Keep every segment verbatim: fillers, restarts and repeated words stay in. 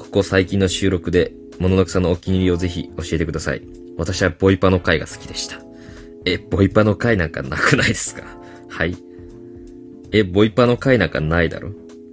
ここ最近の収録で、もののくさんのお気に入りをぜひ教えてください。私はボイパの回が好きでした。え、ボイパの回なんかなくないですか？はい。え、ボイパの回なんかないだろ？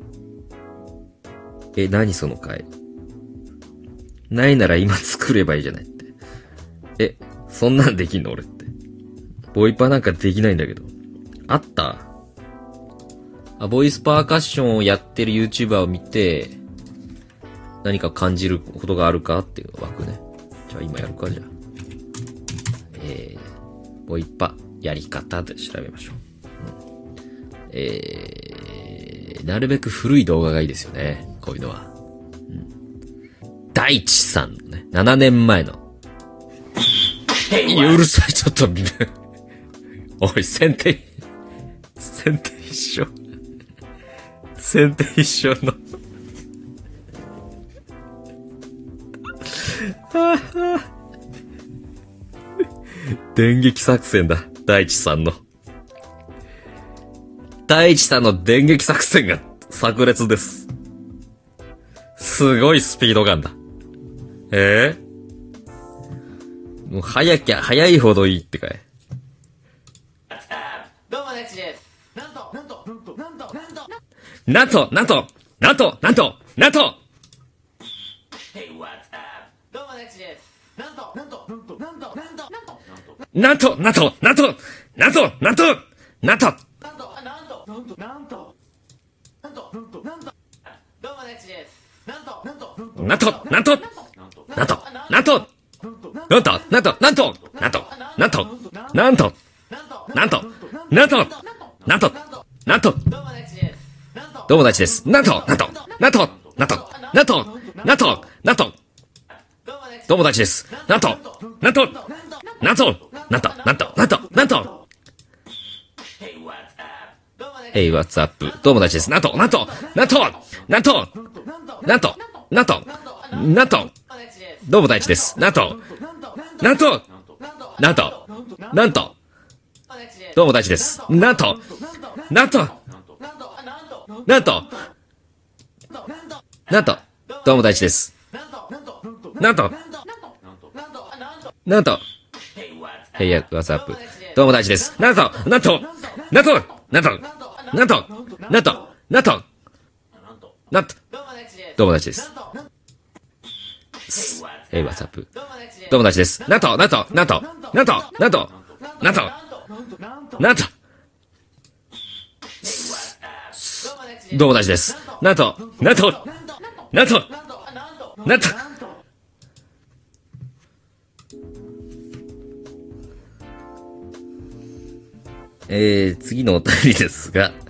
え、何その回？ないなら今作ればいいじゃないって。え、そんなんできんの俺って。ボイパなんかできないんだけど。あったあ、ボイスパーカッションをやってる YouTuber を見て、何か感じることがあるかっていう枠ね。じゃあ今やるか、じゃあ。えー、ボイパやり方で調べましょう。うん、えー、なるべく古い動画がいいですよね。こういうのは。うん、大地さんのね、ななねんまえの。うるさい、ちょっと見る。おい、先手、先手一緒。先手一緒の。電撃作戦だ。大地さんの。大地さんの電撃作戦が炸裂です。すごいスピード感だ。えー、もう早きゃ早いほどいいってかい。 どうも大地です。なんと、なんと、なんと、なんと、 なんと、なんと、なんと、なんと、なんと、 Hey, what's up? どうも大地です。なんと、なんと、なんと、なんと、なんと、 なんと、なんと、なんと、なんと、なんと、なんと、 なんと、なんと、なんと、なんと、なんと、なんと、なんと、なんと、どうも大地です。なんと、なんと、 なんと、なんと、なんと、なんと、なんと、なんと、なんと、なんと、なんと、なんと、なんと、なんと、なんと、なんと、どうも大地です。なんと、なんと、なんと、なんと、なんと、なんと、なんと、どうも大地です。なんと、なんと、なんと、なんと、なんと、なんと、なんと、Hey, what's up? どうも大地です。なんと、なんと、なんと、なんと、なんと、なんと、なんと、どうも大地です。なんと、なんと、なんと、なんと、どうも大地です。なんと、なんと、なんと、なんと、どうも大地です。なんと、なんと、Hey, what's up? どうも大地です。なんと、なんと、なんと、なんと、なんと、なんと、なんと、なんと、どうも大地です。Hey, what's up? どうも大地です。なんと、なんと、なんと、なんと、なんと、なんと、なんと、どうも大地です。なんと、なんと、なんと、なんと、えー、次のお便りですが、